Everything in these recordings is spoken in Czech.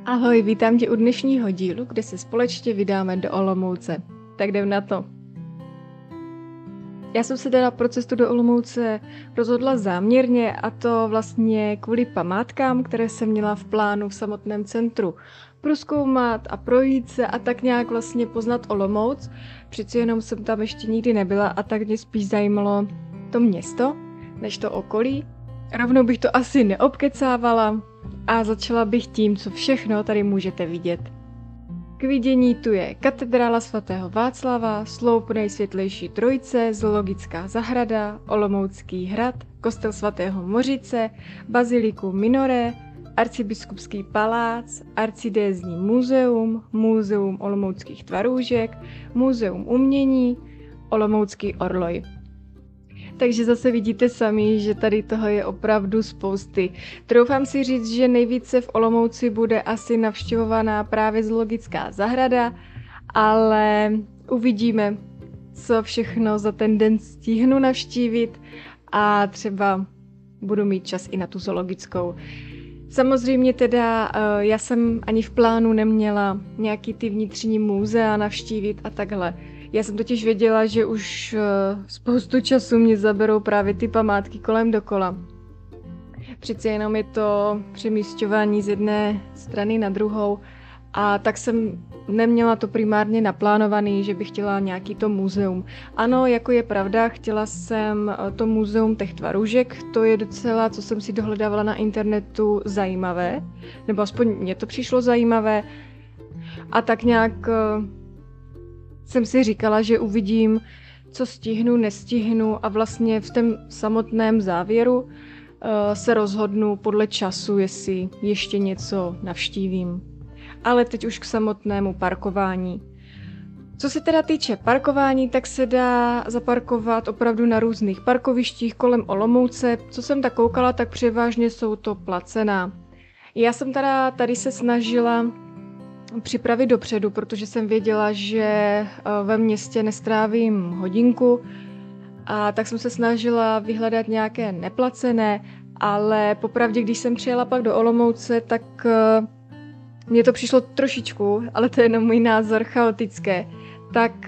Ahoj, vítám tě u dnešního dílu, kde se společně vydáme do Olomouce. Tak jdem na to. Já jsem se teda pro cestu do Olomouce rozhodla záměrně, a to vlastně kvůli památkám, které jsem měla v plánu v samotném centru prozkoumat a projít se a tak nějak vlastně poznat Olomouc. Přeci jenom jsem tam ještě nikdy nebyla a tak mě spíš zajímalo to město, než to okolí. Rovnou bych to asi neobkecávala a začala bych tím, co všechno tady můžete vidět. K vidění tu je katedrála svatého Václava, sloup Nejsvětlejší Trojice, zoologická zahrada, Olomoucký hrad, kostel svatého Mořice, baziliku Minoré, arcibiskupský palác, arcidiecézní muzeum, muzeum olomouckých tvarůžek, muzeum umění, olomoucký orloj. Takže zase vidíte sami, že tady toho je opravdu spousty. Troufám si říct, že nejvíce v Olomouci bude asi navštěvovaná právě zoologická zahrada, ale uvidíme, co všechno za ten den stihnu navštívit a třeba budu mít čas i na tu zoologickou. Samozřejmě teda já jsem ani v plánu neměla nějaký ty vnitřní muzea navštívit a takhle. Já jsem totiž věděla, že už spoustu času mě zaberou právě ty památky kolem dokola. Přece jenom je to přemísťování z jedné strany na druhou a tak jsem neměla to primárně naplánovaný, že bych chtěla nějaký to muzeum. Ano, jako je pravda, chtěla jsem to muzeum těch tvarůžek, to je docela, co jsem si dohledávala na internetu, zajímavé, nebo aspoň mně to přišlo zajímavé a tak nějak jsem si říkala, že uvidím, co stihnu, nestihnu a vlastně v tom samotném závěru se rozhodnu podle času, jestli ještě něco navštívím. Ale teď už k samotnému parkování. Co se teda týče parkování, tak se dá zaparkovat opravdu na různých parkovištích kolem Olomouce. Co jsem tak koukala, tak převážně jsou to placená. Já jsem teda tady se snažila připravit dopředu, protože jsem věděla, že ve městě nestrávím hodinku a tak jsem se snažila vyhledat nějaké neplacené, ale popravdě, když jsem přijela pak do Olomouce, tak mně to přišlo trošičku, ale to je jenom můj názor, chaotické. Tak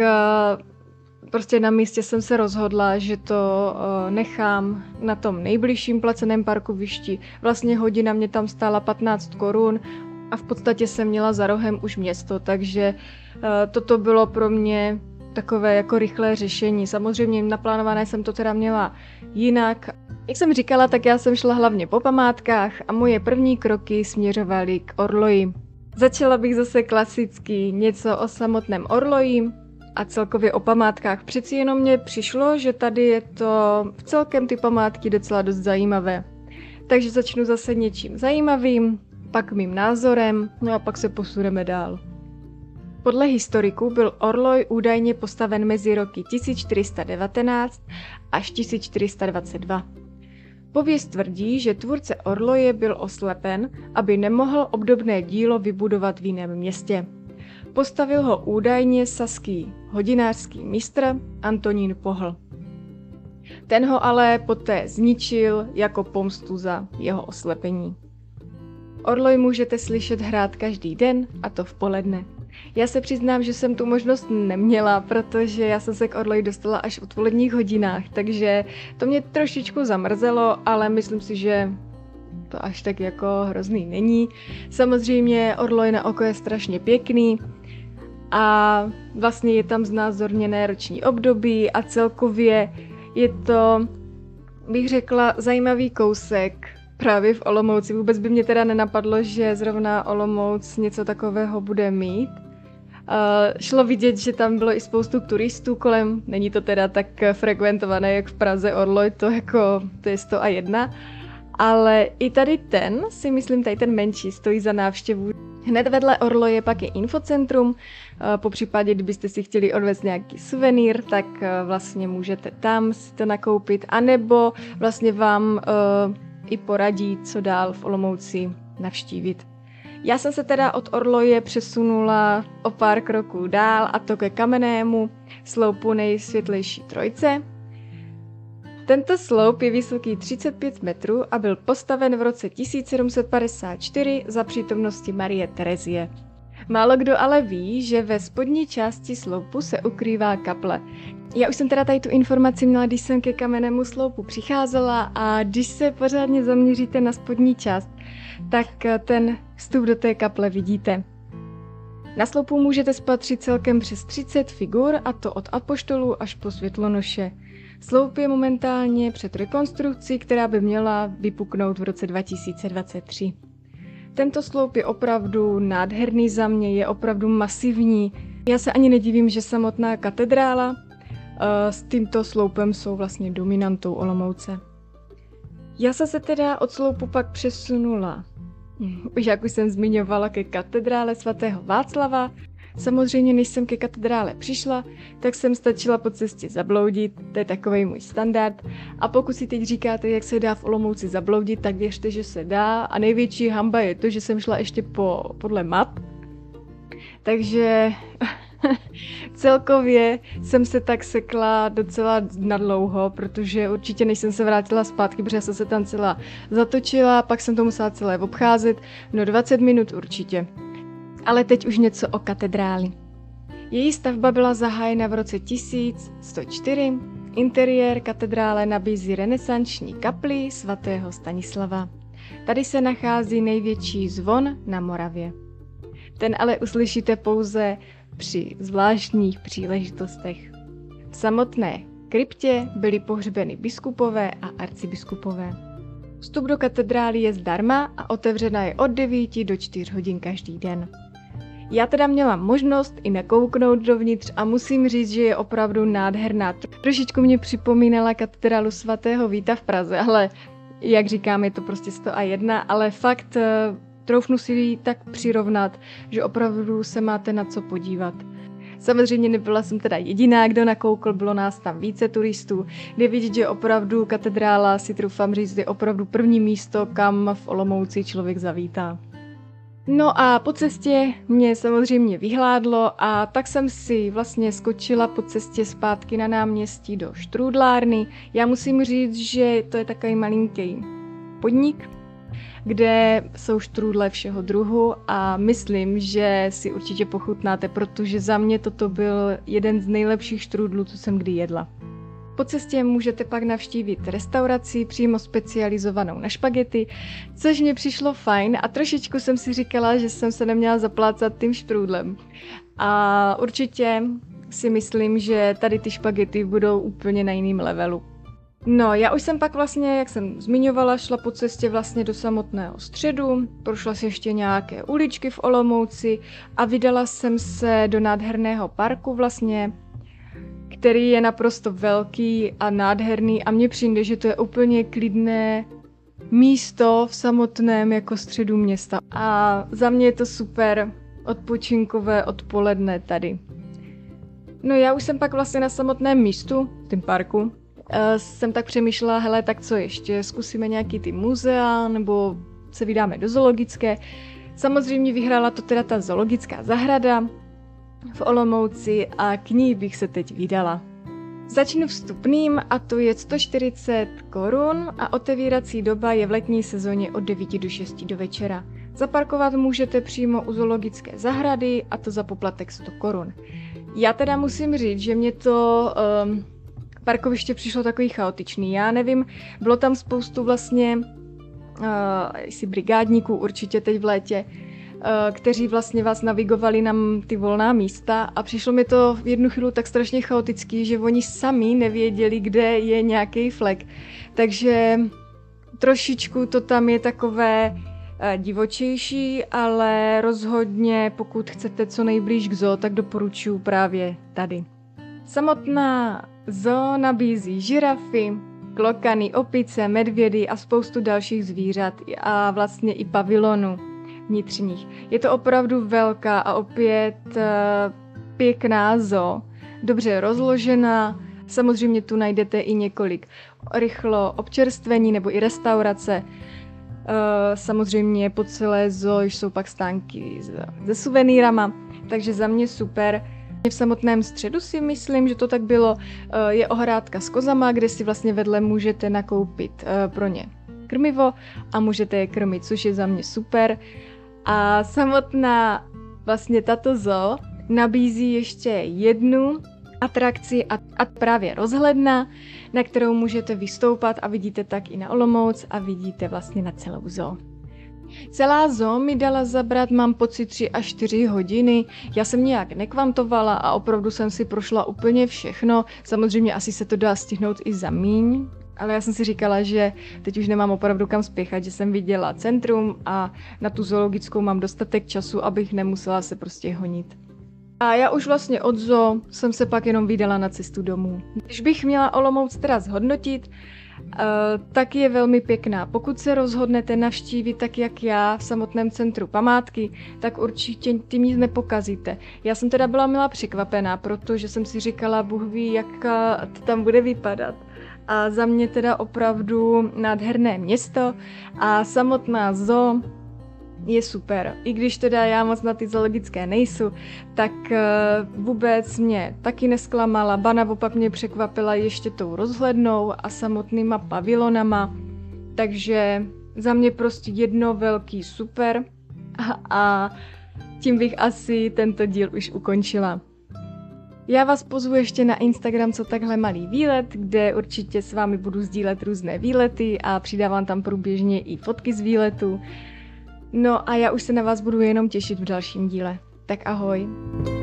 prostě na místě jsem se rozhodla, že to nechám na tom nejbližším placeném parkovišti. Vlastně hodina mě tam stála 15 korun a v podstatě jsem měla za rohem už město, takže toto bylo pro mě takové jako rychlé řešení. Samozřejmě naplánované jsem to teda měla jinak. Jak jsem říkala, tak já jsem šla hlavně po památkách a moje první kroky směřovaly k orloji. Začala bych zase klasicky něco o samotném orloji a celkově o památkách. Přeci jenom mně přišlo, že tady je to v celkem ty památky docela dost zajímavé. Takže začnu zase něčím zajímavým, pak mým názorem, no a pak se posuneme dál. Podle historiků byl orloj údajně postaven mezi roky 1419 až 1422. Pověst tvrdí, že tvůrce orloje byl oslepen, aby nemohl obdobné dílo vybudovat v jiném městě. Postavil ho údajně saský hodinářský mistr Antonín Pohl. Ten ho ale poté zničil jako pomstu za jeho oslepení. Orloj můžete slyšet hrát každý den, a to v poledne. Já se přiznám, že jsem tu možnost neměla, protože já jsem se k orloji dostala až v odpoledních hodinách, takže to mě trošičku zamrzelo, ale myslím si, že to až tak jako hrozný není. Samozřejmě orloj na oko je strašně pěkný a vlastně je tam znázorněné roční období a celkově je to, bych řekla, zajímavý kousek právě v Olomouci. Vůbec by mě teda nenapadlo, že zrovna Olomouc něco takového bude mít. Šlo vidět, že tam bylo i spoustu turistů kolem, není to teda tak frekventované jak v Praze orloj, to je 101, ale i tady ten, si myslím, tady ten menší, stojí za návštěvu. Hned vedle orloje pak je infocentrum, po případě, kdybyste si chtěli odvést nějaký suvenýr, tak vlastně můžete tam si to nakoupit, anebo vlastně vám i poradí, co dál v Olomouci navštívit. Já jsem se teda od orloje přesunula o pár kroků dál, a to ke kamennému sloupu Nejsvětlejší Trojice. Tento sloup je vysoký 35 metrů a byl postaven v roce 1754 za přítomnosti Marie Terezie. Málo kdo ale ví, že ve spodní části sloupu se ukrývá kaple. Já už jsem teda tady tu informaci měla, když jsem ke kamennému sloupu přicházela, a když se pořádně zaměříte na spodní část, tak ten vstup do té kaple vidíte. Na sloupu můžete spatřit celkem přes 30 figur, a to od apoštolů až po světlonoše. Sloup je momentálně před rekonstrukcí, která by měla vypuknout v roce 2023. Tento sloup je opravdu nádherný za mě, je opravdu masivní. Já se ani nedivím, že samotná katedrála s tímto sloupem jsou vlastně dominantou Olomouce. Já jsem se teda od sloupu pak přesunula, jak už jsem zmiňovala, ke katedrále svatého Václava. Samozřejmě, než jsem ke katedrále přišla, tak jsem stačila po cestě zabloudit, to je takovej můj standard. A pokud si teď říkáte, jak se dá v Olomouci zabloudit, tak věřte, že se dá. A největší hanba je to, že jsem šla ještě podle map. Takže celkově jsem se tak sekla docela nadlouho, protože určitě než jsem se vrátila zpátky, protože jsem se tam celá zatočila, pak jsem to musela celé obcházet, no 20 minut určitě. Ale teď už něco o katedráli. Její stavba byla zahájena v roce 1104. Interiér katedrále nabízí renesanční kapli svatého Stanislava. Tady se nachází největší zvon na Moravě. Ten ale uslyšíte pouze při zvláštních příležitostech. V samotné kryptě byly pohřbeny biskupové a arcibiskupové. Vstup do katedrály je zdarma a otevřena je od 9 do 4 hodin každý den. Já teda měla možnost i nakouknout dovnitř a musím říct, že je opravdu nádherná. Trošičku mě připomínala katedrálu svatého Víta v Praze, ale jak říkám, je to prostě 101, ale fakt troufnu si ji tak přirovnat, že opravdu se máte na co podívat. Samozřejmě nebyla jsem teda jediná, kdo nakoukl, bylo nás tam více turistů. Jde vidět, že opravdu katedrála, si troufám říct, je opravdu první místo, kam v Olomouci člověk zavítá. No a po cestě mě samozřejmě vyhládlo a tak jsem si vlastně skočila po cestě zpátky na náměstí do štrůdlárny. Já musím říct, že to je takový malinký podnik, kde jsou štrůdle všeho druhu a myslím, že si určitě pochutnáte, protože za mě toto byl jeden z nejlepších štrůdlů, co jsem kdy jedla. Po cestě můžete pak navštívit restauraci přímo specializovanou na špagety, což mě přišlo fajn a trošičku jsem si říkala, že jsem se neměla zaplácat tím štrůdlem. A určitě si myslím, že tady ty špagety budou úplně na jiném levelu. No, já už jsem pak vlastně, jak jsem zmiňovala, šla po cestě vlastně do samotného středu, prošla si ještě nějaké uličky v Olomouci a vydala jsem se do nádherného parku vlastně, který je naprosto velký a nádherný a mně přijde, že to je úplně klidné místo v samotném jako středu města. A za mě je to super odpočinkové odpoledne tady. No já už jsem pak vlastně na samotném místu, v tom parku, jsem tak přemýšlela, hele, tak co ještě, zkusíme nějaký ty muzea, nebo se vydáme do zoologické. Samozřejmě vyhrála to teda ta zoologická zahrada v Olomouci a k ní bych se teď vydala. Začnu vstupným a to je 140 korun a otevírací doba je v letní sezóně od 9 do 6 do večera. Zaparkovat můžete přímo u zoologické zahrady a to za poplatek 100 korun. Já teda musím říct, že mě to parkoviště přišlo takový chaotičný. Já nevím, bylo tam spoustu vlastně brigádníků určitě teď v létě, kteří vlastně vás navigovali na ty volná místa a přišlo mi to v jednu chvíli tak strašně chaotický, že oni sami nevěděli, kde je nějaký flek. Takže trošičku to tam je takové divočejší, ale rozhodně pokud chcete co nejblíž k zoo, tak doporučuji právě tady. Samotná zoo nabízí žirafy, klokany, opice, medvědy a spoustu dalších zvířat a vlastně i pavilonů vnitřních. Je to opravdu velká a opět pěkná zoo, dobře rozložená. Samozřejmě tu najdete i několik rychlo občerstvení nebo i restaurace. Samozřejmě po celé zoo jsou pak stánky se suvenýrama, takže za mě super. V samotném středu si myslím, že to tak bylo, je ohrádka s kozama, kde si vlastně vedle můžete nakoupit pro ně krmivo a můžete je krmit, což je za mě super. A samotná vlastně tato zoo nabízí ještě jednu atrakci a právě rozhledna, na kterou můžete vystoupat a vidíte tak i na Olomouc a vidíte vlastně na celou zoo. Celá zoo mi dala zabrat, mám pocit, 3 až 4 hodiny. Já jsem nějak nekvantovala a opravdu jsem si prošla úplně všechno. Samozřejmě asi se to dá stihnout i za míň, ale já jsem si říkala, že teď už nemám opravdu kam spěchat, že jsem viděla centrum a na tu zoologickou mám dostatek času, abych nemusela se prostě honit. A já už vlastně od zoo jsem se pak jenom vydala na cestu domů. Když bych měla Olomouc teda zhodnotit, tak je velmi pěkná. Pokud se rozhodnete navštívit tak jak já v samotném centru památky, tak určitě tím nic nepokazíte. Já jsem teda byla milá překvapená, protože jsem si říkala, Bůh ví, jak to tam bude vypadat. A za mě teda opravdu nádherné město a samotná zoo je super. I když teda já moc na ty zoologické nejsou, tak vůbec mě taky nesklamala. Ba naopak mě překvapila ještě tou rozhlednou a samotnýma pavilonama. Takže za mě prostě jedno velký super a tím bych asi tento díl už ukončila. Já vás pozvu ještě na Instagram Co takhle malý výlet, kde určitě s vámi budu sdílet různé výlety a přidávám tam průběžně i fotky z výletu. No a já už se na vás budu jenom těšit v dalším díle. Tak ahoj.